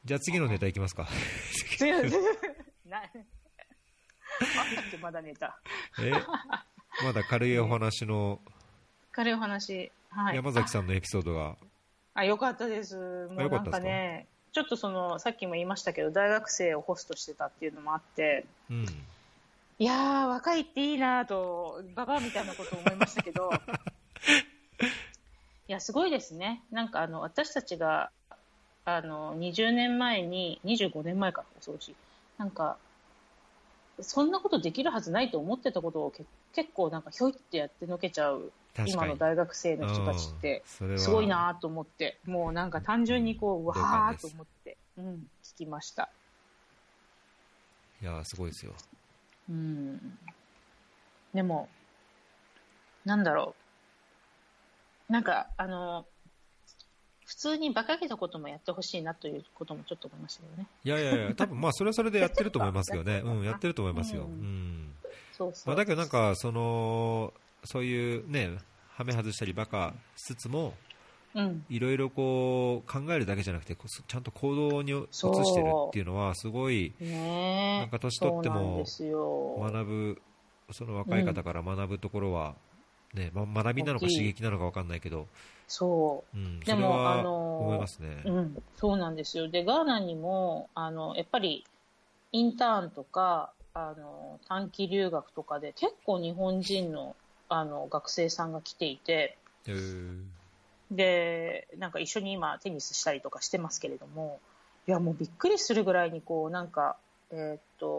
じゃあ次のネタいきますか。 あったっけまだネタ。 まだ軽いお話の、 軽いお話、はい。 山崎さんのエピソードが。 よかったです。もうなんかね、ちょっとさっきも言いましたけど、大学生をホストしてたっていうのもあって、 うん、 いやー、若いっていいなと、ババアみたいなことを思いましたけど、いや、すごいですね。なんか私たちが、20年前に、25年前か、恐ろしい。なんか、そんなことできるはずないと思ってたことを結構なんかひょいってやってのけちゃう今の大学生の人たちってすごいなと思って、もうなんか単純にこう、わーと思って、聞きました。 いやー、すごいですよ。 でも、なんだろう。なんか普通に馬鹿げたこともやってほしいなということもちょっと思いましたよね。 いや、多分まあそれはそれでやってると思いますよね。やってると思いますよ。 そうそう。 まあ、だけどなんかそういうね、はめ外したりバカしつつも、いろいろこう考えるだけじゃなくてちゃんと行動に移してるっていうのはすごい、なんか年取っても学ぶ、その若い方から学ぶところは、ね、学びなのか刺激なのか分かんないけど、 それは思いますね。 そうなんですよ。で、ガーナにもやっぱりインターンとか短期留学とかで結構日本人の学生さんが来ていて、でなんか一緒に今テニスしたりとかしてますけれども、いやもうびっくりするぐらいにこうなんか1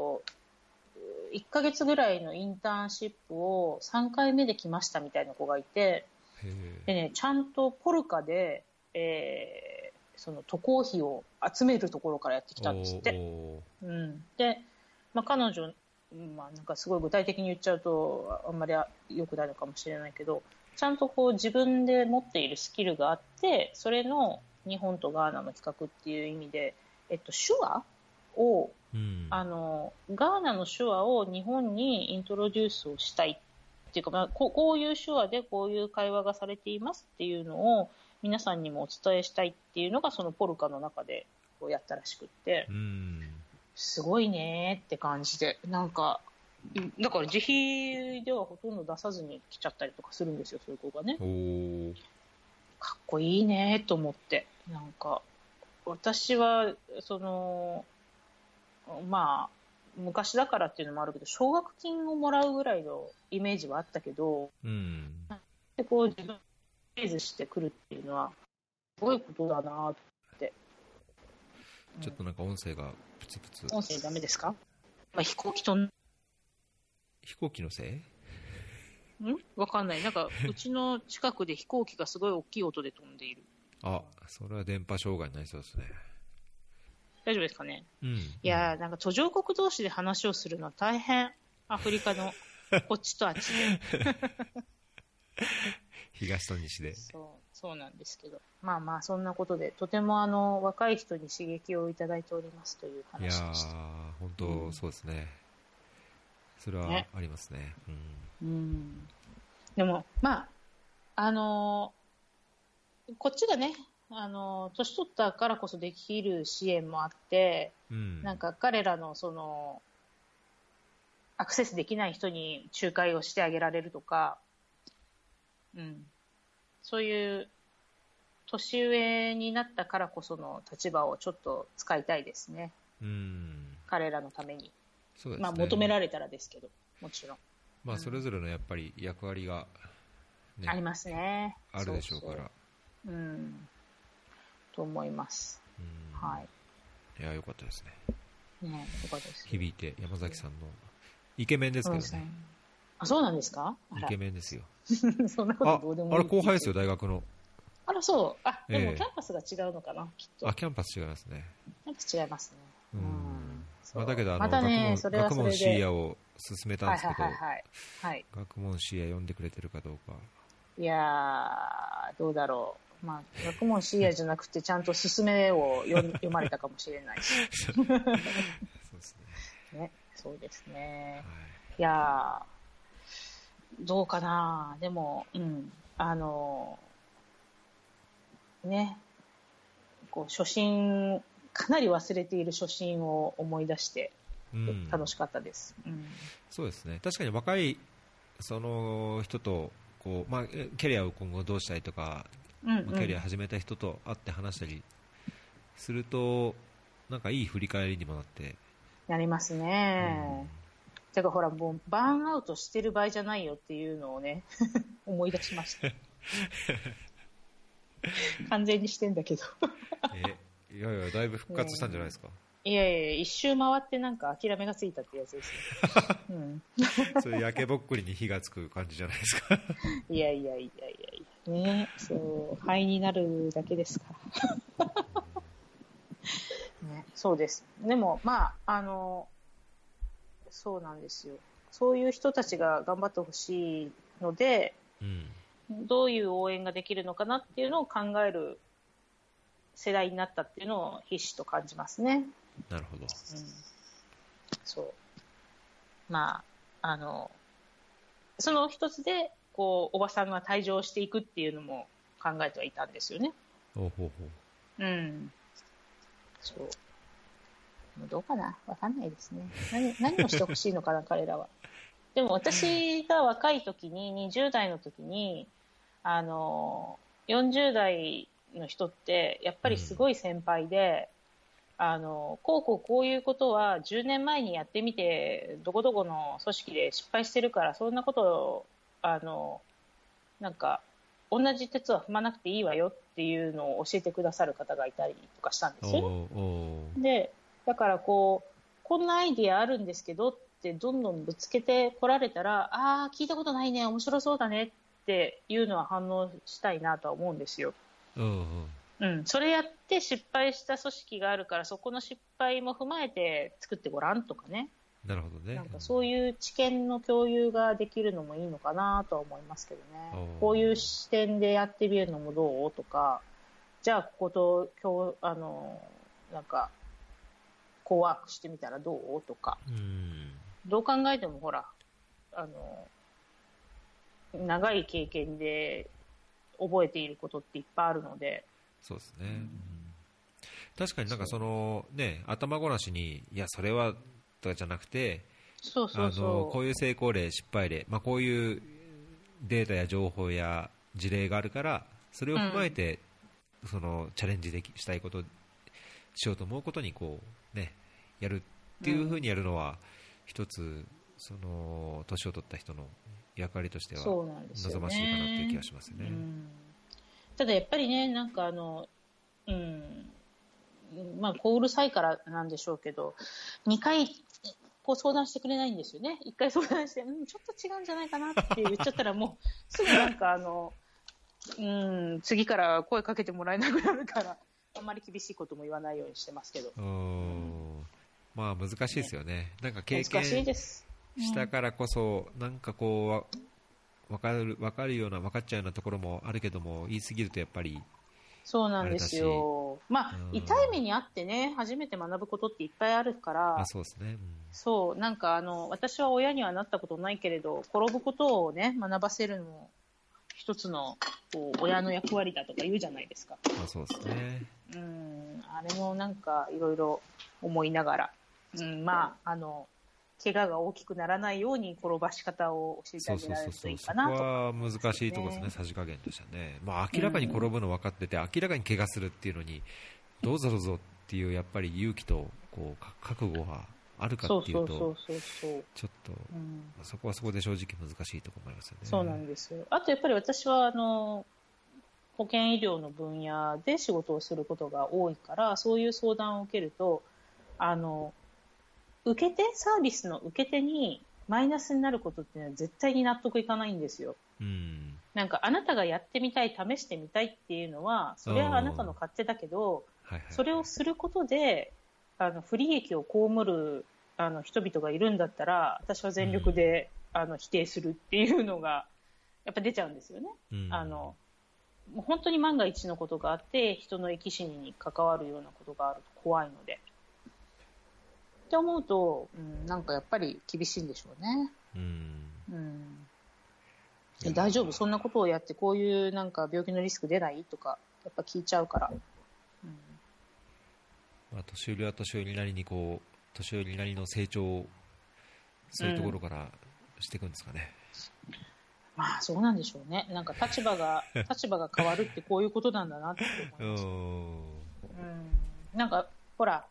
ヶ月ぐらいのインターンシップを3回目で来ましたみたいな子がいて、でね、ちゃんとポルカで、その渡航費を集めるところからやってきたんですって。で、彼女、なんかすごい具体的に言っちゃうとあんまり良くないのかもしれないけど、ちゃんとこう自分で持っているスキルがあって、それの日本とガーナの比較っていう意味で、手話を、ガーナの手話を日本にイントロデュースをしたいっていうか、こういう手話でこういう会話がされていますっていうのを皆さんにもお伝えしたいっていうのがそのポルカの中でこうやったらしくって、すごいねって感じで、なんかだから自費ではほとんど出さずに来ちゃったりとかするんですよ、そういう子がね。かっこいいねと思って、なんか私は昔だからっていうのもあるけど、奨学金をもらうぐらいのイメージはあったけど、でこう自分でレイズしてくるっていうのはすごいことだなって。 ちょっとなんか音声がプツプツ。 音声ダメですか？飛行機のせい？わかんない。なんかうちの近くで飛行機がすごい大きい音で飛んでいる。 それは電波障害になりそうですね。 大丈夫ですかね？いやなんか途上国同士で話をするのは大変。アフリカのこっちとあっちで東と西で。 そうなんですけど、そんなことでとても若い人に刺激をいただいておりますという話でした。いや本当そうですね、それはありますね。 でもこっちがね年取ったからこそできる支援もあって、なんか彼らのアクセスできない人に仲介をしてあげられるとか、そういう年上になったからこその立場をちょっと使いたいですね。彼らのために。 そうですね。 求められたらですけど、もちろん。 それぞれのやっぱり役割が、 ね、ありますね。 あるでしょうから。 と思います。 いや、良かったですね。 ね、良かったです。 響いて、山崎さんのイケメンですけどね。 そうなんですか？ イケメンですよ。 そんなことどうでもいい。 あれ後輩ですよ、大学の。 そう。でもキャンパスが違うのかな、きっと。 キャンパス違いますね。 キャンパス違いますね。 だけど学問シーアを勧めたんですけど、学問シーア読んでくれてるかどうか。いやー、どうだろう。学問シーアじゃなくてちゃんと勧めを読まれたかもしれないし。そうですね。そうですね。いやー、どうかな。でも、こう初心かなり忘れている初心を思い出して楽しかったです、 そうですね。確かに若いその人とこう、キャリアを今後どうしたいとか、キャリア始めた人と会って話したりするとなんかいい振り返りにもなってなりますね、だからほらもうバーンアウトしてる場合じゃないよっていうのをね思い出しました完全にしてんだけどいやいやだいぶ復活したんじゃないですか、 いやいや一周回ってなんか諦めがついたってやつですよ、それ焼けぼっくりに火がつく感じじゃないですかいやいやいやいやね、そう灰になるだけですからね、そうです。でもそうなんですよ。そういう人たちが頑張ってほしいので、どういう応援ができるのかなっていうのを考える世代になったっていうのをひしひしと感じますね。 なるほど。 そう。その一つでこうおばさんが退場していくっていうのも考えてはいたんですよね。そうどうかな、わかんないですね。何をしてほしいのかな彼らは。でも私が若い時に20代の時に40代の人ってやっぱりすごい先輩で、こういうことは10年前にやってみてどこどこの組織で失敗してるからそんなことをなんか同じ鉄は踏まなくていいわよっていうのを教えてくださる方がいたりとかしたんですよ。でだからこんなアイディアあるんですけどってどんどんぶつけてこられたら聞いたことないね面白そうだねっていうのは反応したいなとは思うんですよ。それやって失敗した組織があるからそこの失敗も踏まえて作ってごらんとかね。 なるほどね。 なんかそういう知見の共有ができるのもいいのかなとは思いますけどね。こういう視点でやってみるのもどうとか、じゃあこことなんかこうワークしてみたらどうとか、どう考えてもほら長い経験で覚えていることっていっぱいあるので。 そうですね、確かになんかそのね頭ごなしにいやそれはとかじゃなくてこういう成功例失敗例、こういうデータや情報や事例があるからそれを踏まえて、そのチャレンジしたいことしようと思うことにこうねやるっていう風にやるのは一つその年を取った人の役割としては望ましいかなっていう気がしますね。 ただやっぱりねなんかこううるさいからなんでしょうけど2回こう相談してくれないんですよね。1回相談してちょっと違うんじゃないかなって言っちゃったらもうすぐなんか次から声かけてもらえなくなるからあんまり厳しいことも言わないようにしてますけど。 難しいですよね。なんか経験したからこそなんかこう分かるような分かっちゃうようなところもあるけども言い過ぎるとやっぱりそうなんですよ。痛い目にあってね初めて学ぶことっていっぱいあるからそうですね、 そうなんか私は親にはなったことないけれど転ぶことをね学ばせるのも一つのこう親の役割だとか言うじゃないですか。 そうですね。 あれもなんかいろいろ思いながら、怪我が大きくならないように転ばし方を教えてあげられるといいかなとか、 そこは難しいところですね、さじ加減としてはね。明らかに転ぶの分かってて、明らかに怪我するっていうのにどうぞどうぞっていうやっぱり勇気とこう覚悟があるかっていうとちょっと、そこはそこで正直難しいと思いますよね。 そうなんですよ。あとやっぱり私は保健医療の分野で仕事をすることが多いからそういう相談を受けるとサービスの受け手にマイナスになることっていうのは絶対に納得いかないんですよ。なんかあなたがやってみたい試してみたいっていうのはそれはあなたの勝手だけど、それをすることで不利益を被る人々がいるんだったら私は全力で、否定するっていうのがやっぱ出ちゃうんですよね。もう本当に万が一のことがあって人の生き死にに関わるようなことがあると怖いのでって思うと、なんかやっぱり厳しいんでしょうね。大丈夫そんなことをやってこういうなんか病気のリスク出ないとかやっぱ聞いちゃうから、 年寄りは年寄りなりに年寄りなりの成長をそういうところからしていくんですかね。 まあそうなんでしょうね。なんか立場が変わるってこういうことなんだなって思いました。なんかほら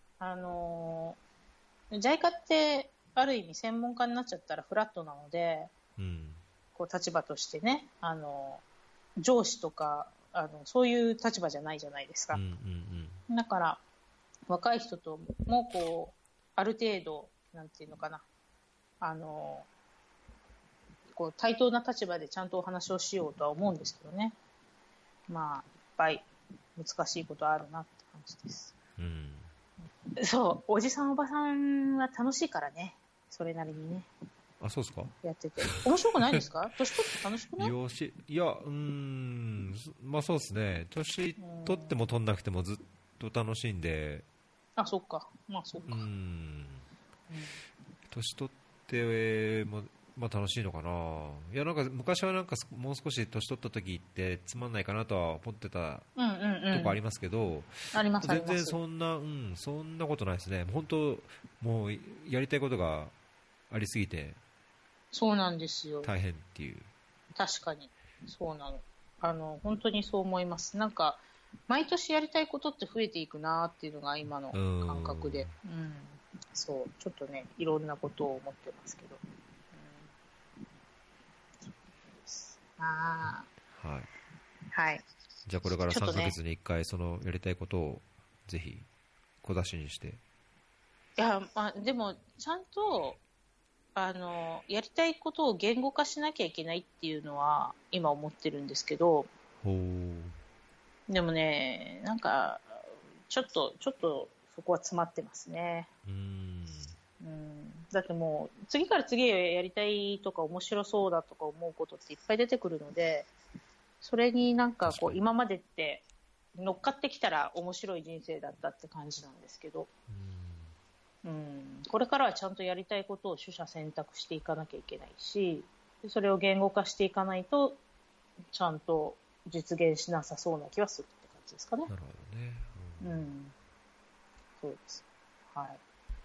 JICA ってある意味専門家になっちゃったらフラットなので、こう立場としてね上司とかそういう立場じゃないじゃないですか。だから若い人ともこうある程度なんていうのかなこう対等な立場でちゃんとお話をしようとは思うんですけどね。まあいっぱい難しいことあるなって感じです。そうおじさんおばさんは楽しいからね、それなりにね。 あ、そうですか。 やってて面白くないですか？年取って楽しくない？ いやまあそうですね。年取っても取んなくてもずっと楽しいんで。 あ、そっか。まあそっか。 年取ってもまあ楽しいのかな。いやなんか昔はなんかもう少し年取った時ってつまんないかなとは思ってたとこありますけど、全然そんなことないですね。本当もうやりたいことがありすぎて。 そうなんですよ。 大変っていう。 確かにそうなの。本当にそう思います。なんか毎年やりたいことって増えていくなっていうのが今の感覚で、そうちょっとねいろんなことを思ってますけど。はい。 じゃあこれから3ヶ月に1回そのやりたいことをぜひ小出しにして。いや、まあ、でもちゃんとやりたいことを言語化しなきゃいけないっていうのは今思ってるんですけど、でもねなんかちょっとそこは詰まってますね。だってもう次から次へやりたいとか面白そうだとか思うことっていっぱい出てくるので、それになんかこう今までって乗っかってきたら面白い人生だったって感じなんですけど、これからはちゃんとやりたいことを取捨選択していかなきゃいけないし、それを言語化していかないとちゃんと実現しなさそうな気はするって感じですかね。 なるほどね。 そうです。はい。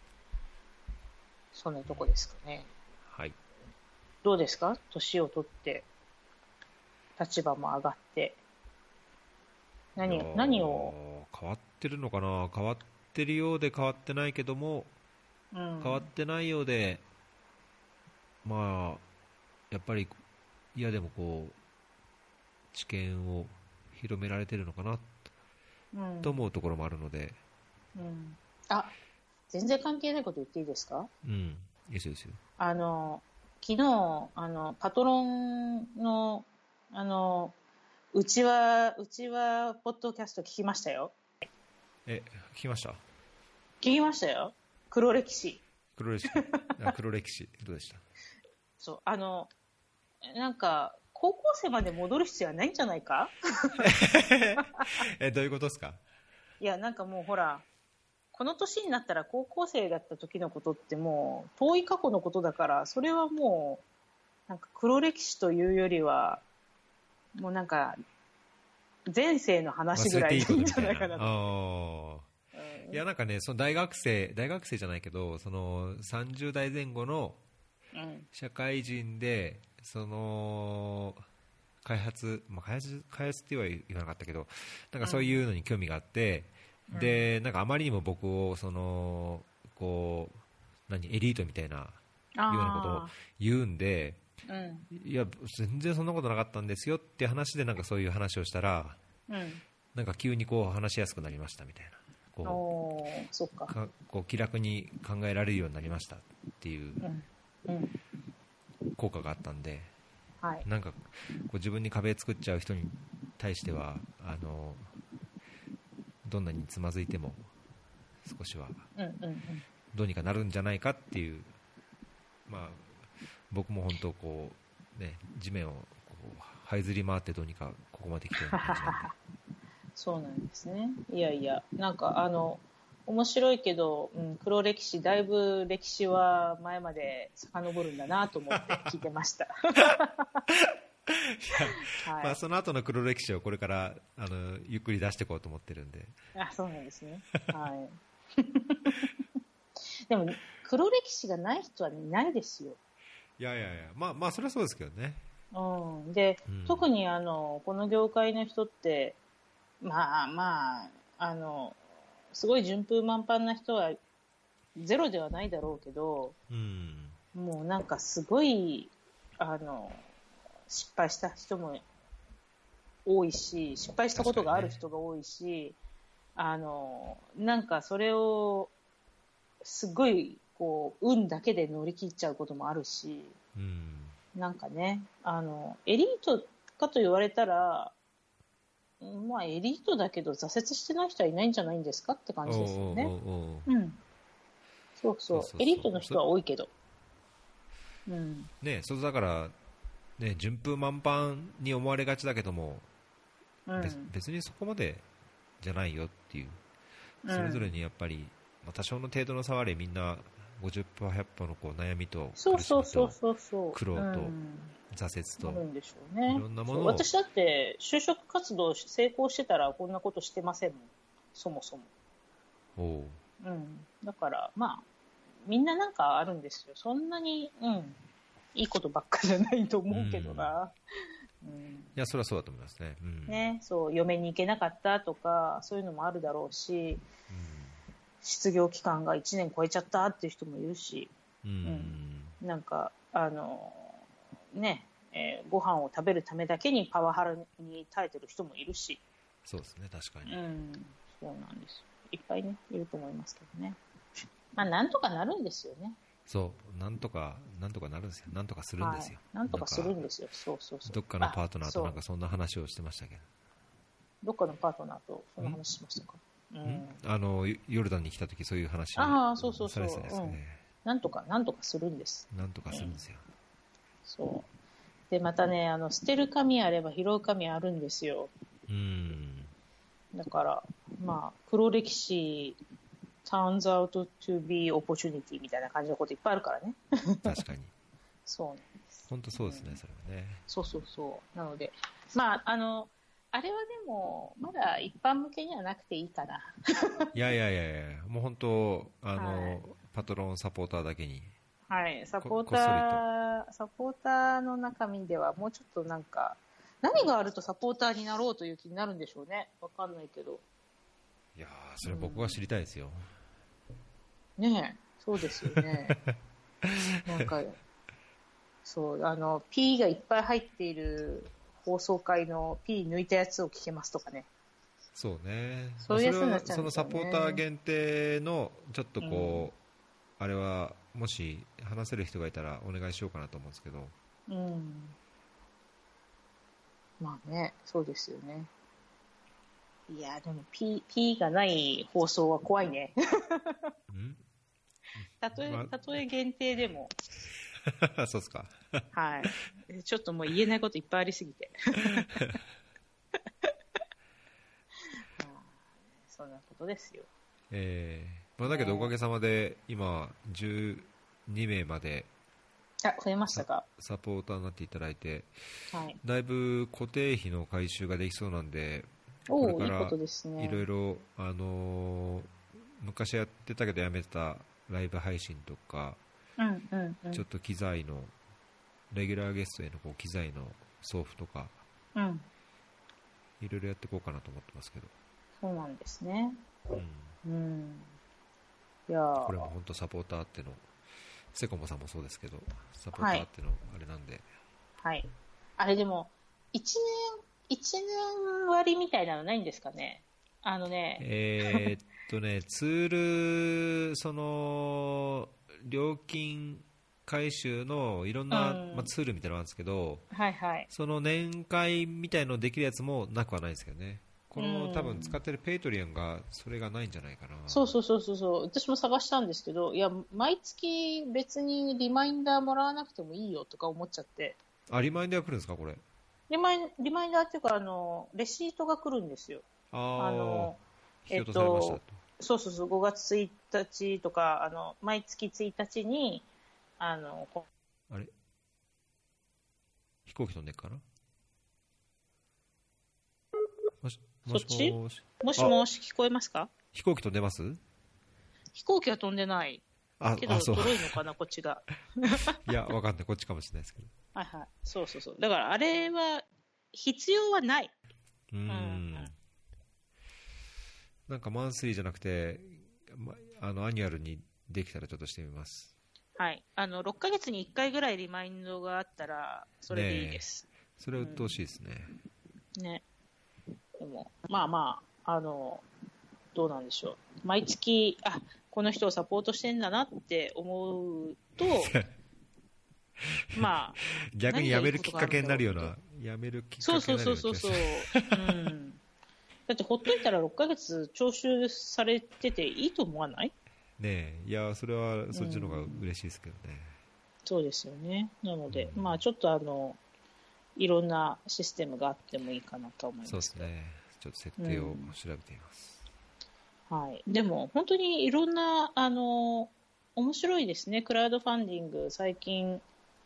そんなとこですかね。 はい。 どうですか？年を取って立場も上がって何を変わってるのかな。変わってるようで変わってないけども、変わってないようでまあやっぱりでもこう知見を広められてるのかな、と思うところもあるので、 あ、全然関係ないこと言っていいですか？ いいですよ。 昨日パトロンのうちはポッドキャスト聞きましたよ。 聞きました？ 聞きましたよ。黒歴史どうでした？ そうなんか高校生まで戻る必要はないんじゃないか？ どういうことですか？ いやなんかもうほらこの年になったら高校生だった時のことってもう遠い過去のことだから、それはもうなんか黒歴史というよりはもうなんか前世の話ぐらいでいいんじゃないかなと。 いやなんかね、その大学生じゃないけど、その30代前後の社会人でその開発っては言わなかったけど、なんかそういうのに興味があって、でなんかあまりにも僕をそのこうエリートみたいなようなことを言うんで、いや全然そんなことなかったんですよって話でなんかそういう話をしたら、なんか急にこう話しやすくなりましたみたいな、こう気楽に考えられるようになりましたっていう効果があったんで、なんかこう自分に壁作っちゃう人に対してはどんなにつまずいても少しはどうにかなるんじゃないかっていう、僕も本当こう、地面をこう這いずり回ってどうにかここまで来てる感じなんでそうなんですね。いやなんか面白いけど、黒歴史だいぶ歴史は前まで遡るんだなと思って聞いてました。 はい、 まあ、その後の黒歴史をこれからゆっくり出していこうと思ってるんで。 そうなんですね。はい。でも黒歴史がない人はいないですよ。 いやいやいや、まあそれはそうですけどね。 で、特にこの業界の人ってまあすごい順風満帆な人はゼロではないだろうけど、もうなんかすごい失敗した人も多いし、失敗したことがある人が多いし、なんかそれをすごいこう運だけで乗り切っちゃうこともあるし、なんかね、エリートかと言われたら、まあエリートだけど挫折してない人はいないんじゃないんですかって感じですよね。そうエリートの人は多いけど。 ね、そうだからね、順風満帆に思われがちだけども、別にそこまでじゃないよっていう、それぞれにやっぱり、多少の程度の差はあれ、みんな50歩100歩のこう悩みと苦しみと苦労と挫折と、 あるんでしょうね。 いろんなものを。 私だって就職活動成功してたらこんなことしてませんもん、そもそも。だからまあみんななんかあるんですよ。そんなに、いいことばっかじゃないと思うけどな。 いや、それはそうだと思いますね。 ね、そう嫁に行けなかったとかそういうのもあるだろうし、失業期間が1年超えちゃったっていう人もいるし、なんかね、ご飯を食べるためだけにパワハラに耐えてる人もいるし。 そうですね、確かに。 そうなんですよ。いっぱいねいると思いますけどね。まあなんとかなるんですよね。 そうなんとかなるんですよ。なんとかするんですよ。 なんとかするんですよ。そうどっかのパートナーとなんかそんな話をしてましたけど。 どっかのパートナーとそんな話しましたか。 ヨルダンに来た時そういう話そうされてたんですよね。 なんとかするんです。 なんとかするんですよ。 そうでまたね、捨てる紙あれば拾う紙あるんですよ。だからまあ黒歴史turns out to be opportunity みたいな感じのこといっぱいあるからね。 確かに。 そうなんです。 本当そうですね、それはね。 そうなのでまああれはでもまだ一般向けにはなくていいかな。 いやもう本当パトロンサポーターだけに。 サポーターの中身ではもうちょっとなんか何があるとサポーターになろうという気になるんでしょうね。わかんないけど。 いやそれ僕は知りたいですよ。 ねえ、そうですよね。なんかそう、P がいっぱい入っている放送回の P 抜いたやつを聞けますとかね。 そうね。 そういうやつになっちゃうんですよね。 そのサポーター限定のちょっとこう、あれはもし話せる人がいたらお願いしようかなと思うんですけど。 まあね、そうですよね。いやでも P がない放送は怖いね。たとえ限定でも。 そうですか。 ちょっともう言えないこといっぱいありすぎて。そんなことですよ。 だけどおかげさまで今12名まで増えましたか。 サポーターになっていただいて、だいぶ固定費の回収ができそうなんで、これからいろいろ昔やってたけどやめてたライブ配信とか、ちょっと機材のレギュラーゲストへのこう機材の送付とか、いろいろやっていこうかなと思ってますけど。 そうなんですね。 いやこれも本当サポーターってのセコモさんもそうですけどサポーターってのあれなんで、 あれでも1年割みたいなのないんですかね。ツールその料金回収のいろんな、ツールみたいなのがあるんですけど、その年会みたいのできるやつもなくはないですけどね。この多分使ってるペイトリアンがそれがないんじゃないかな。 そう私も探したんですけど、いや毎月別にリマインダーもらわなくてもいいよとか思っちゃって。 リマインダーが来るんですかこれ。 リマインダーっていうかレシートが来るんですよ。 引き落とされましたと。 そう5月1日とか毎月1日にあれ飛行機飛んでっかな。 そっち？もしもし、聞こえますか？ 飛行機飛んでます？ 飛行機は飛んでないけど、ドロいのかなこっちが。 いや、わかんない、こっちかもしれないですけど。 はいはい、そう。だからあれは必要はない。 なんかマンスリーじゃなくて、アニュアルにできたらちょっとしてみます。 はい、6ヶ月に1回ぐらいリマインドがあったらそれでいいです。 それは鬱陶しいですね。 ね。でもどうなんでしょう。毎月この人をサポートしてんだなって思うと逆に辞めるきっかけになるような、辞めるきっかけになるような気がする。 そう、だってほっといたら6ヶ月徴収されてていいと思わない？ ねえ、いや、それはそっちの方が嬉しいですけどね。 そうですよね。なので、ちょっといろんなシステムがあってもいいかなと思います。 そうですね。ちょっと設定を調べてみます。 はい。でも本当にいろんな面白いですね。クラウドファンディング最近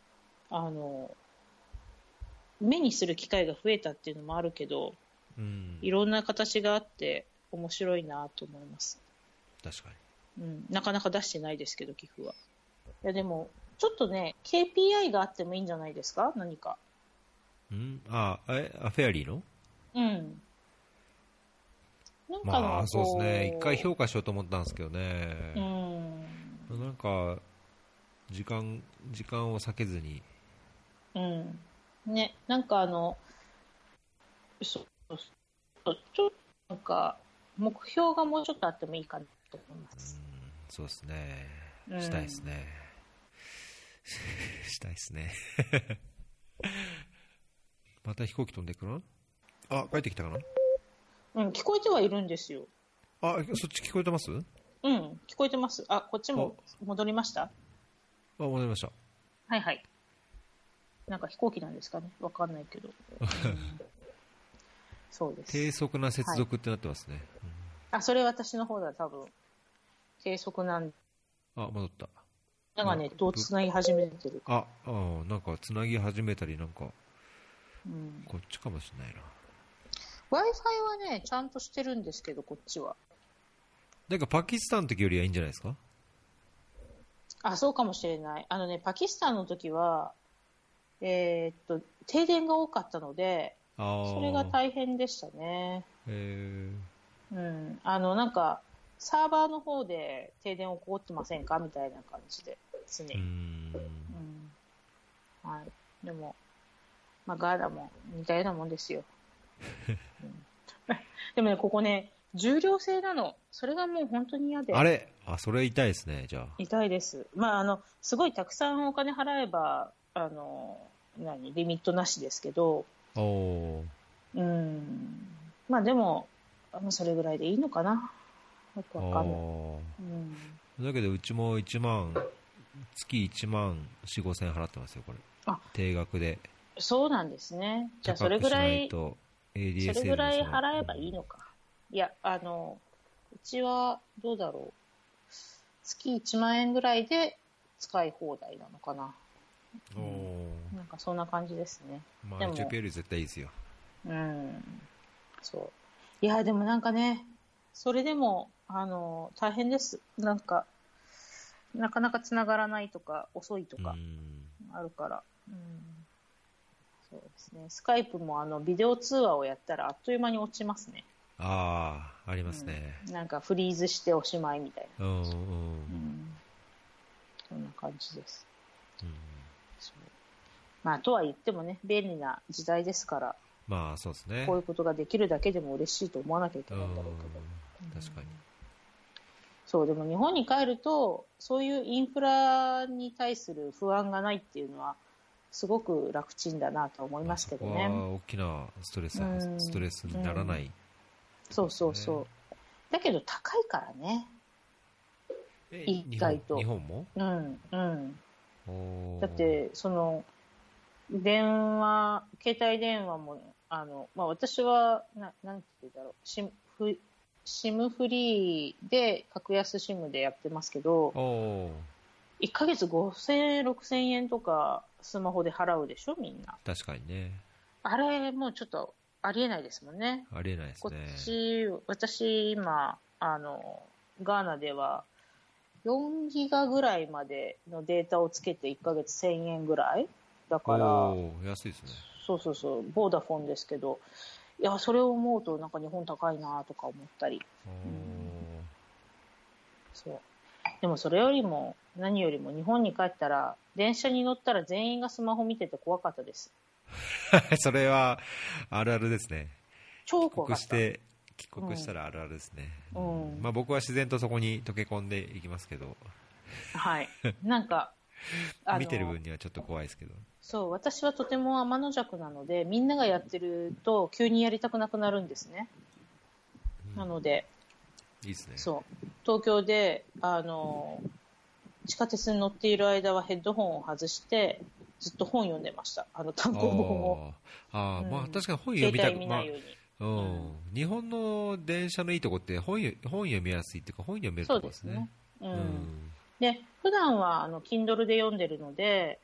目にする機会が増えたっていうのもあるけど、いろんな形があって面白いなと思います。 確かに、なかなか出してないですけど寄付は。いやでもちょっとね KPI があってもいいんじゃないですか？何か。 フェアリーの？ なんかそうですね。一回評価しようと思ったんですけどね。なんか時間を避けずに。 ね、なんかちょっとなんか目標がもうちょっとあってもいいかなと思います。 そうですね。したいですね。したいですね。また飛行機飛んでくるな？帰ってきたかな？ 聞こえてはいるんですよ。 そっち聞こえてます？ 聞こえてます。こっちも戻りました？ 戻りました。 はい。なんか飛行機なんですかね、わかんないけど。そうです。 低速な接続ってなってますね。 それ私の方だ、多分。低速なん戻った。 なんかね、どうつなぎ始めてるか。 なんかつなぎ始めたり、なんか、こっちかもしれないな。 Wi-Fi はね、ちゃんとしてるんですけど、こっちは。 なんかパキスタンの時よりはいいんじゃないですか？ そうかもしれない。パキスタンの時は、停電が多かったので、それが大変でしたね。なんか、サーバーの方で停電起こってませんかみたいな感じで、常に。はい。でも、ガーナも似たようなもんですよ。でもね、ここね、重量制なの。それがもう本当に嫌で。 それ痛いですね、じゃあ。 痛いです。すごいたくさんお金払えば、リミットなしですけど、でも、それぐらいでいいのかな。よくわかんない。 だけど、うちも月1万4、5千円払ってますよ、これ。定額で。 そうなんですね。じゃあ、それぐらい払えばいいのか。いや、うちは、どうだろう。月1万円ぐらいで使い放題なのかな。なんかそんな感じですね。 でも1億より絶対いいですよ。 そう。いや、でもなんかね、それでも、大変です。なんか、なかなか繋がらないとか、遅いとか、あるから。そうですね。スカイプもビデオ通話をやったらあっという間に落ちますね。 ありますね。 なんかフリーズしておしまいみたいな。そんな感じです。とは言ってもね、便利な時代ですから。 そうですね。 こういうことができるだけでも嬉しいと思わなきゃいけないんだろうけど。 確かに。 そう、でも日本に帰ると、そういうインフラに対する不安がないっていうのは、すごく楽ちんだなと思いますけどね。 そこは大きなストレスにならない、 そう。だけど高いからね。意外と。 日本も？ だって、携帯電話も、私は、なんて言うんだろう、SIM フリーで、格安 SIM でやってますけど、1ヶ月5000円、6000円とかスマホで払うでしょ、みんな。 確かにね。 あれ、もうちょっとありえないですもんね。 ありえないですね。 私今ガーナでは4ギガぐらいまでのデータをつけて1ヶ月1000円ぐらいだから。 安いですね。 そうそうそう、ボーダフォンですけど、いやそれを思うとなんか日本高いなとか思ったり、そうでもそれよりも何よりも日本に帰ったら電車に乗ったら全員がスマホ見てて怖かったです。 それはあるあるですね。 超怖かった。 帰国したらあるあるですね。まあ、僕は自然とそこに溶け込んでいきますけど、 はいなんか見てる分にはちょっと怖いですけど。 そう、私はとても天の弱なのでみんながやってると急にやりたくなくなるんですね。なのでいいですね。 そう東京で地下鉄に乗っている間はヘッドホンを外してずっと本読んでました。単行本を。 まあ確かに本読みたくないように。日本の電車のいいとこって本読みやすいっていうか本読めるところですね。 で普段はKindle で読んでるので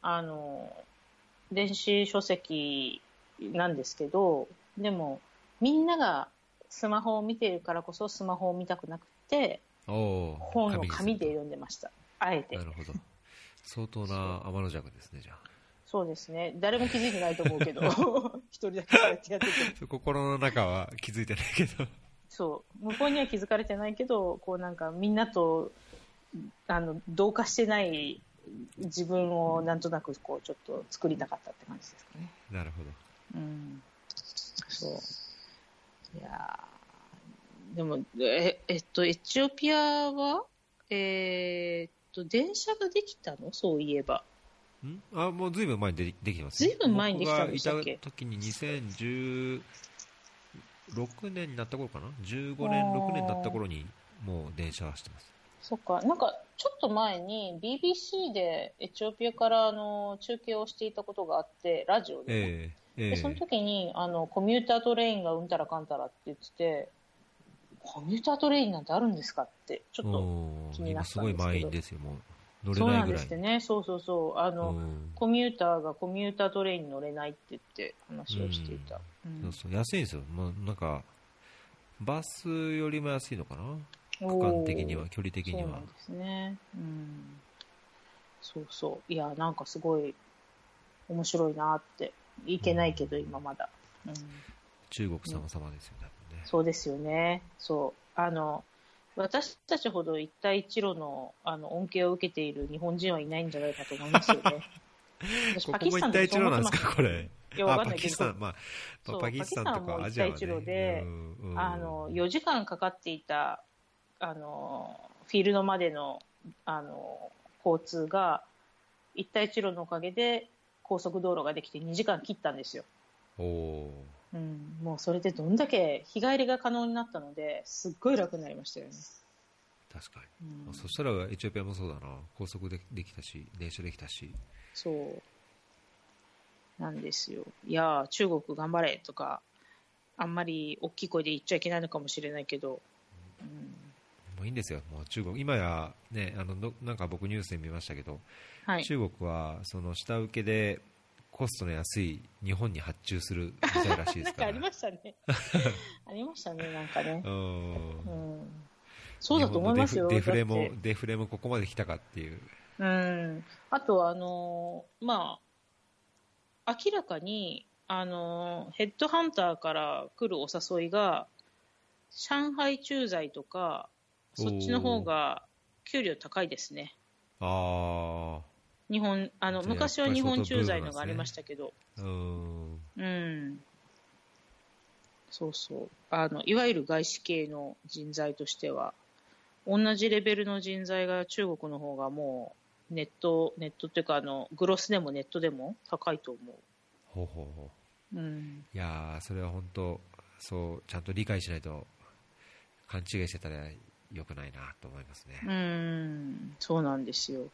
電子書籍なんですけど、でもみんながスマホを見ているからこそスマホを見たくなくて本を紙で読んでました。あえて。 なるほど。相当な天の弱ですね、じゃあ。 そうですね。誰も気づいてないと思うけど一人だけやってて心の中は気づいてないけどそう向こうには気づかれてないけどこうなんかみんなと同化してない自分をなんとなくこうちょっと作りたかったって感じですかね。 なるほど。 そういやでもエチオピアは電車ができたの？そういえばもうずいぶん前にできてます。 ずいぶん前にできたんでしたっけ？ 僕がいた時に2016年になった頃かな、15年6年になった頃にもう電車走ってます。 そっか、なんかちょっと前に BBC でエチオピアから中継をしていたことがあってラジオで、でその時にコミュータートレインがうんたらかんたらって言ってて、コミュータートレインなんてあるんですかってちょっと気になったんですけど。 今すごい満員ですよ。もう乗れないぐらい。そうなんですってね。そうコミューターがコミュータートレインに乗れないって言って話をしていた。 そう安いんですよ。もうなんかバスよりも安いのかな、区間的には、距離的には。そうなんですね。そうそう。いやなんかすごい面白いなって。いけないけど今まだ。 中国様々ですよね。 そうですよね。そう私たちほど一帯一路の恩恵を受けている日本人はいないんじゃないかと思いますよね。 ここも一帯一路なんですか、これ。 パキスタン、 パキスタンとかアジアはね。 一帯一路で、4時間かかっていたフィールドまでの交通が一帯一路のおかげで高速道路ができて2時間切ったんですよ。もうそれでどんだけ日帰りが可能になったのですっごい楽になりましたよね。 確かに、そしたらエチオピアもそうだな、高速できたし電車できたし。 そうなんですよ。いや中国頑張れとかあんまり大きい声で言っちゃいけないのかもしれないけど、 もういいんですよ。もう中国今やね、なんか僕ニュースで見ましたけど、中国はその下請けでコストの安い日本に発注するみたいらしいですから。 なんかありましたね。ありましたね、なんかね。そうだと思いますよ。 デフレもここまで来たかっていう。 あとまあ明らかにヘッドハンターから来るお誘いが上海駐在とかそっちの方が給料高いですね。日本昔は日本駐在のがありましたけど、そうそういわゆる外資系の人材としては同じレベルの人材が中国の方がもうネットっていうかグロスでもネットでも高いと思う。 いやそれは本当そうちゃんと理解しないと勘違いしてたら良くないなと思いますね。 そうなんですよ。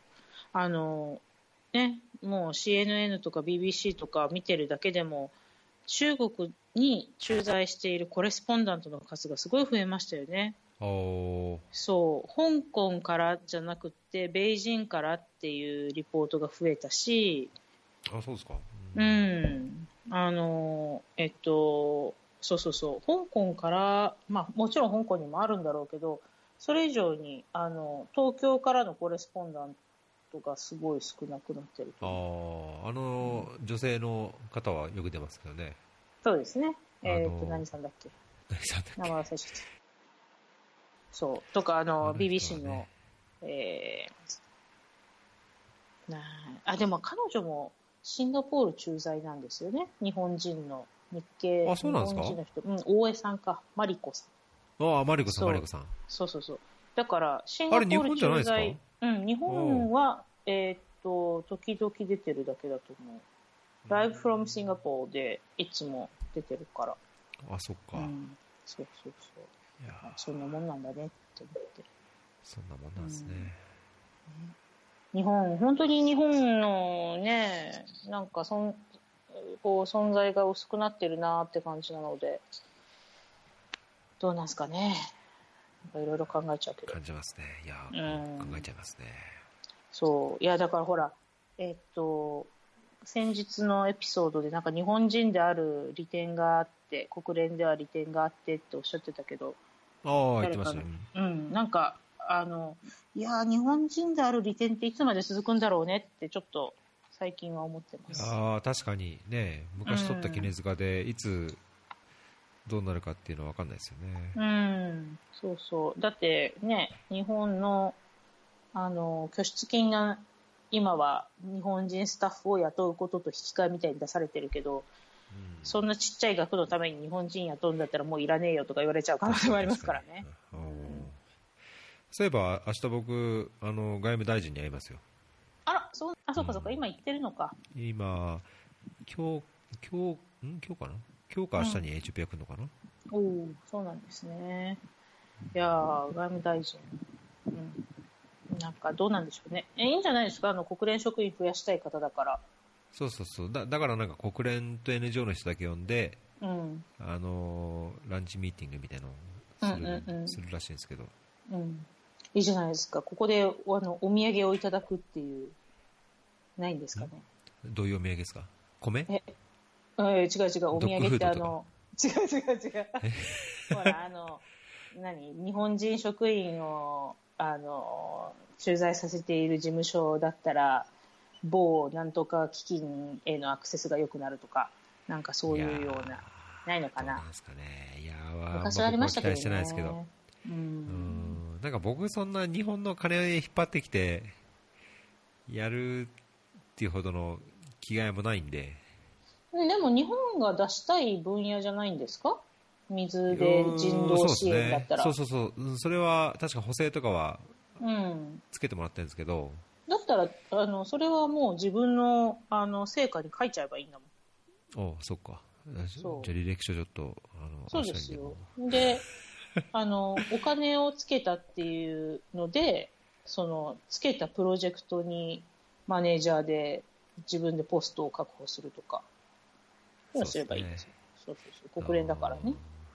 ね、もう CNN とか BBC とか見てるだけでも中国に駐在しているコレスポンダントの数がすごい増えましたよね。そう香港からじゃなくてベイジンからっていうリポートが増えたし。 そうですか。 そうそうそう、香港から、まあもちろん香港にもあるんだろうけど、それ以上に、東京からのコレスポンダントがすごい少なくなってると。 女性の方はよく出ますけどね。 そうですね。何さんだっけ。名前忘れちゃった。そう。とか、BBC の、でも彼女もシンガポール駐在なんですよね。日本人の日系。 そうなんですか？ 日本人の人。大江さんか。マリコさん。 マリコさん。 そう。だから、シンガポール駐在。あれ、日本じゃないですか？日本は、時々出てるだけだと思う。Live from Singapore でいつも出てるから。 そっか。 そう。いや、そんなもんなんだねって思って。 そんなもんなんですね。 本当に日本のね、なんかこう存在が薄くなってるなって感じなので、どうなんすかね。いろいろ考えちゃうけど。 感じますね。いや、考えちゃいますね。 そう。いや、だからほら、先日のエピソードでなんか日本人である利点があって、国連では利点があってっておっしゃってたけど、 言ってましたね。 なんか、いや、日本人である利点っていつまで続くんだろうねってちょっと最近は思ってます。 確かにね、昔取った絹塚でいつどうなるかっていうのは分かんないですよね。 そう。だってね、日本の拠出金が今は日本人スタッフを雇うことと引き換えみたいに出されてるけど、そんなちっちゃい額のために日本人雇うんだったらもういらねえよとか言われちゃう可能性もありますからね。 そういえば明日僕外務大臣に会いますよ。 そうか、今行ってるのか。 今日かな、今日か明日にエチオピア来るのかな。 そうなんですね。いや外務大臣、なんかどうなんでしょうね。いいんじゃないですか、国連職員増やしたい方だから。 そう。だからなんか国連と NGO の人だけ呼んで、ランチミーティングみたいなのをするらしいんですけど。 いいじゃないですか。ここでお土産をいただくっていう、ないんですかね。 どういうお土産ですか？米？ 違う、お土産って違う。ほら、日本人職員を、駐在させている事務所だったら、某なんとか基金へのアクセスが良くなるとか、なんかそういうような、ないのかな。 どうなんですかね。 昔はありましたけどね。 期待してないですけど。なんか僕そんな日本の金を引っ張ってきてやるっていうほどの気概もないんで。 でも日本が出したい分野じゃないんですか？水で人道支援だったら。 そう。それは確か補正とかはつけてもらってるんですけど。 だったらそれはもう自分の成果に書いちゃえばいいんだもん。 そっか。じゃあ履歴書ちょっとそうですよ。でお金をつけたっていうので、つけたプロジェクトにマネージャーで自分でポストを確保するとか、そうすればいいですよ。そう。国連だからね。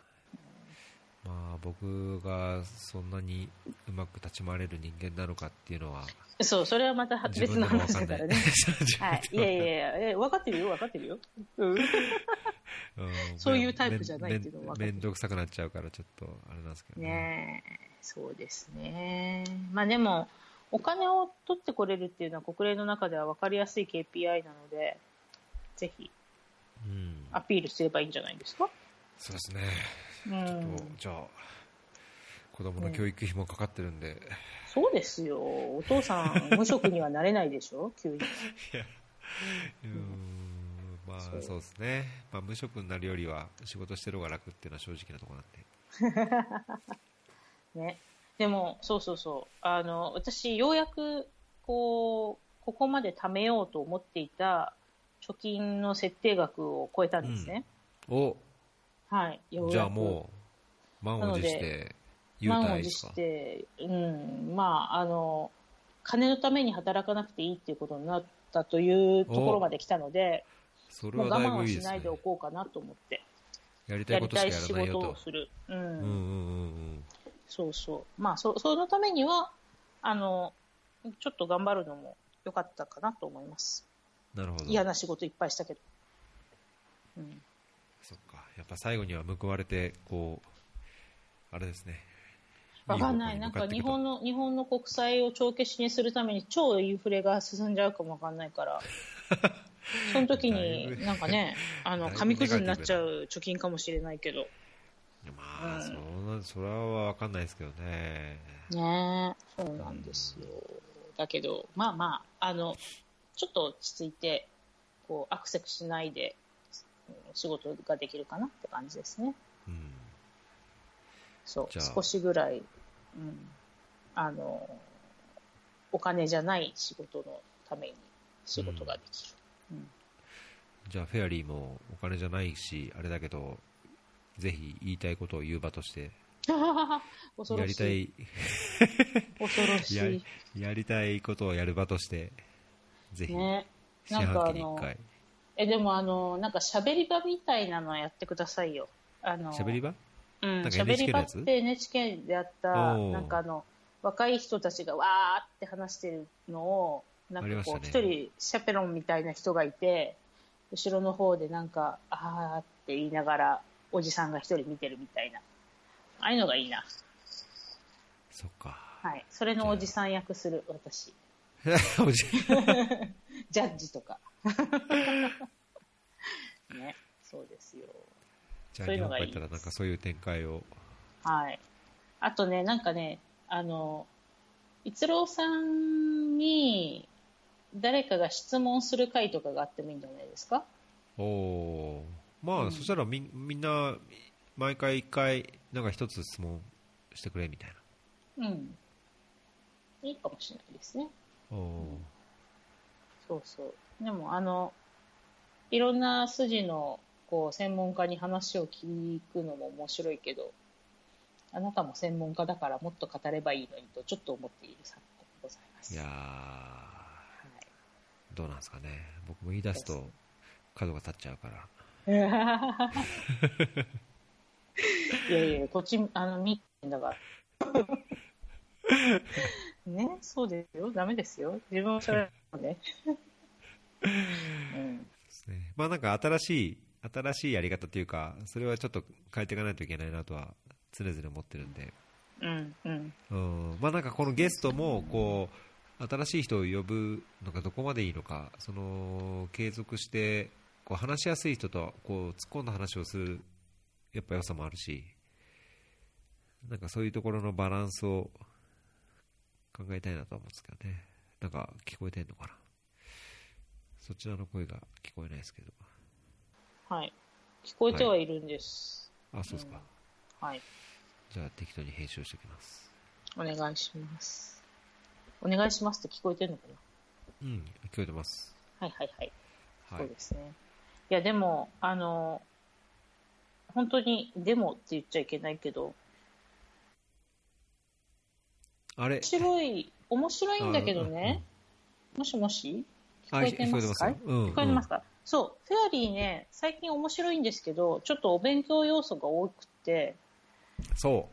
僕がそんなにうまく立ち回れる人間なのかっていうのは、 それはまた別の話だからね。いや、分かってるよ。そういうタイプじゃないっていうのは分かってる。 面倒くさくなっちゃうからちょっとあれなんですけどね。そうですね。でもお金を取ってこれるっていうのは国連の中では分かりやすい KPI なので、ぜひアピールすればいいんじゃないですか。 そうですね。ちょっとじゃあ子供の教育費もかかってるんで。 そうですよ。お父さん無職にはなれないでしょ急に。 そうですね。無職になるよりは仕事してる方が楽っていうのは正直なところなんで。ね。でもそう。私ようやくここまで貯めようと思っていた貯金の設定額を超えたんですね。はい。 じゃあもう満を持して優待ですか？ 金のために働かなくていいっていうことになったというところまで来たので、 それはだいぶいいですね。 もう我慢はしないでおこうかなと思って。 やりたいことしかやらないよと。 やりたい仕事をする。そう。そのためにはちょっと頑張るのも良かったかなと思います。 なるほど。 嫌な仕事いっぱいしたけど。 うん、 そっか、やっぱ最後には報われて、こうあれですね。 わかんない。なんか日本の国債を帳消しにするために超インフレが進んじゃうかもわかんないから、その時になんかね、紙くずになっちゃう貯金かもしれないけど。 まあ、それはわかんないですけどね。 ねえ、そうなんですよ。だけど、まあまあ、ちょっと落ち着いて、こう、アクセスしないで、仕事ができるかなって感じですね。 うん。 そう、少しぐらい、お金じゃない仕事のために仕事ができる。 じゃあ、フェアリーもお金じゃないし、あれだけど、ぜひ言いたいことを言う場としてやりたい恐ろしいやりたいことをやる場としてぜひ四半期に1回、 でもなんか喋り場みたいなのやってくださいよ。 喋り場？ 喋り場って NHK でやったなんか若い人たちがわーって話してるのをなんかこう一人シャペロンみたいな人がいて後ろの方でなんかあーって言いながらおじさんが一人見てるみたいな、ああいうのがいいな。 そっか。 はい、それのおじさん役する私。 おじジャッジとか。ね、そうですよ。 じゃあ日本帰ったらなんかそういう展開を。 はい。あとね、なんかね、逸郎さんに誰かが質問する回とかがあってもいいんじゃないですか。 おー。まあ、そしたらみんな毎回1回なんか一つ質問してくれみたいな。いいかもしれないですね。そうそう。でもいろんな筋のこう専門家に話を聞くのも面白いけど、あなたも専門家だからもっと語ればいいのにとちょっと思っている昨今でございます。 いやー、はい、どうなんですかね。僕も言い出すと角が立っちゃうから。いやいや、こっち見てんだからね、そうですよ、ダメですよ、自分はそれなのでですね。まあなんか新しいやり方というか、それはちょっと変えていかないといけないなとは常々思ってるんで、まあなんかこのゲストもこう新しい人を呼ぶのがどこまでいいのか、その継続してこう話しやすい人とこう突っ込んだ話をするやっぱ良さもあるし、なんかそういうところのバランスを考えたいなと思うんですけどね。なんか聞こえてんのかな、そちらの声が聞こえないですけど。 はい、聞こえてはいるんです、 はい、あ、そうですか、 はい、 じゃあ適当に編集しておきます。 お願いします。お願いしますって聞こえてるのかな。 聞こえてます。 はいはいはい、そうですね。いやでも本当にでもって言っちゃいけないけど、 あれ面白いんだけどね、もしもし聞こえてますか？聞こえてますか？そう、フェアリーね、最近面白いんですけど、ちょっとお勉強要素が多くて、そう、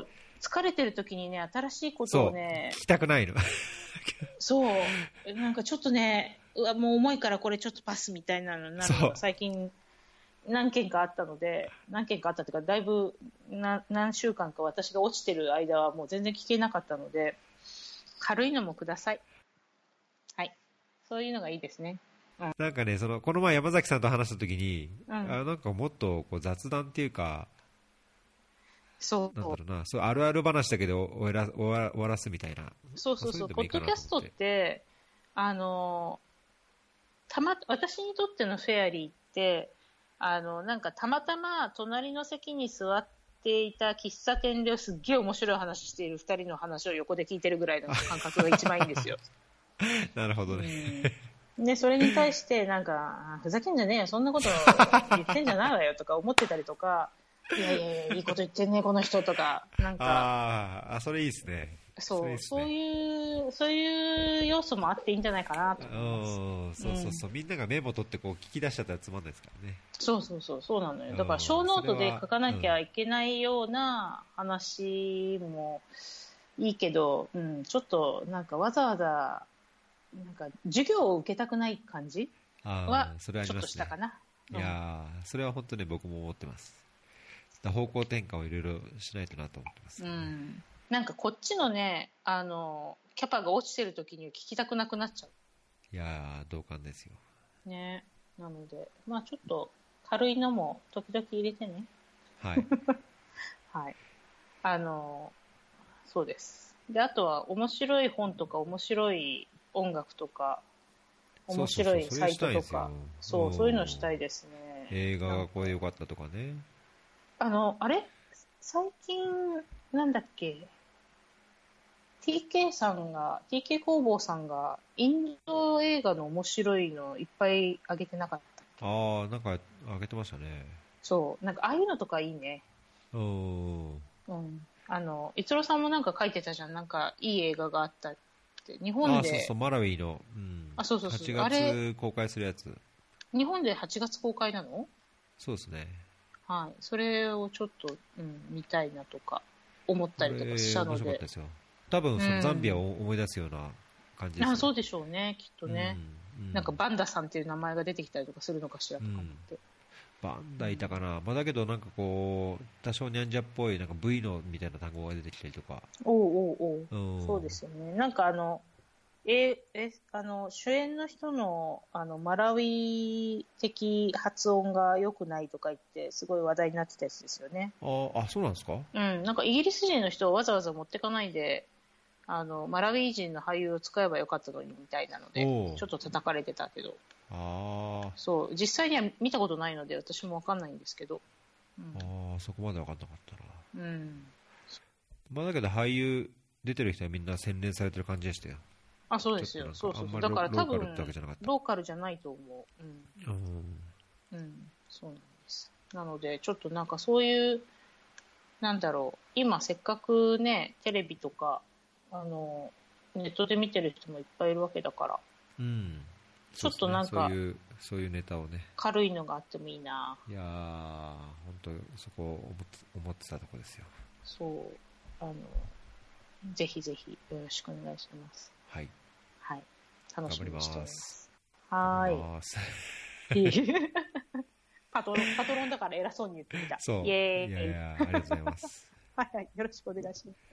疲れてる時にね、新しいことをね、 聞きたくないのそう、なんかちょっとね、もう重いからこれちょっとパスみたいなのになるのが最近何件かあったので、何件かあったというか、だいぶ何週間か私が落ちてる間はもう全然聞けなかったので、軽いのもください。はい、そういうのがいいですね。 なんかね、この前山崎さんと話した時に、なんかもっとこう雑談っていうか、なんだろうな、そうあるある話だけど終わらすみたいな。 そう、ポッドキャストって私にとってのフェアリーってなんかたまたま隣の席に座っていた喫茶店ですっげえ面白い話している2人の話を横で聞いてるぐらいの感覚が一番いいんですよなるほどね、 でそれに対してなんかふざけんじゃねえよ、そんなこと言ってんじゃないわよとか思ってたりとか、いやいやいいこと言ってんねこの人とか、なんかそれいいですね。 そういう要素もあっていいんじゃないかなと思います。 そう、みんながメモ取ってこう聞き出しちゃったらつまんないですからね。 そうなのよ。だから小ノートで書かなきゃいけないような話もいいけど、ちょっとなんかわざわざなんか授業を受けたくない感じはちょっとしたかな。 いやー、それは本当に僕も思ってます。方向転換をいろいろしないとなと思ってます、 なんかこっちのね、キャパが落ちてる時に聞きたくなくなっちゃう。 いやー、同感ですよね。なので、まあちょっと軽いのも時々入れてね。 はいはい。そうです。で、あとは面白い本とか面白い音楽とか面白いサイトとか、そういうのしたいですね。 映画がこれ良かったとかね。 あれ最近なんだっけ、 TK 工房さんがインド映画の面白いのいっぱい上げてなかったっけ。 ああ、なんか上げてましたね。 そう、なんかああいうのとかいいね。逸郎さんもなんか書いてたじゃん、なんかいい映画があったって日本で。 そうそう、マラウィの、 そうそう 8月公開するやつ。 日本で8月公開なの？ そうですね。 はい、それをちょっと、見たいなとか思ったりとかしたので。面白かったですよ。 多分そのザンビアを思い出すような感じです、ね。 そうでしょうね、きっとね。なんかバンダさんっていう名前が出てきたりとかするのかしらとか思って。 バンダいたかな、だけどなんかこう多少ニャンジャっぽいなんか V のみたいな単語が出てきたりとか。 そうですよね。なんか主演の人のマラウィ的発音が良くないとか言ってすごい話題になってたやつですよね。 そうなんですか。 なんかイギリス人の人をわざわざ持ってかないでマラウィ人の俳優を使えばよかったのにみたいなのでちょっと叩かれてたけど。そう実際には見たことないので私も分かんないんですけど、 そこまで分かんなかったな。だけど俳優出てる人はみんな洗練されてる感じでしたよ。 そうですよ。そうだから多分ローカルじゃないと思う。そうなんです。なのでちょっとなんかそういうなんだろう、今せっかくねテレビとかネットで見てる人もいっぱいいるわけだから、ちょっとなんかそういうネタをね軽いのがあってもいいな。 いやー本当そこ思ってたとこですよ。 そうぜひぜひよろしくお願いします。 はい楽しみにしております。パトロンだから偉そうに言ってみた。 そう。 イエーイ。 いやありがとうございます。 よろしくお願いします。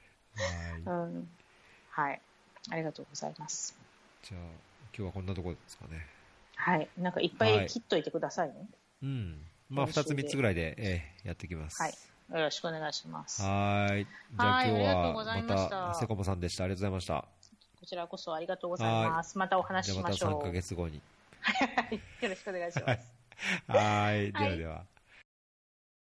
ありがとうございます。 じゃあ今日はこんなところですかね。 なんかいっぱい切っといてくださいね。 2つ3つぐらいで、やってきます。 よろしくお願いします。 じゃあ今日はまたセコモさんでした。ありがとうございました。 こちらこそありがとうございます。またお話ししましょう。 じゃあまた3ヶ月後に。 よろしくお願いします。 ではでは。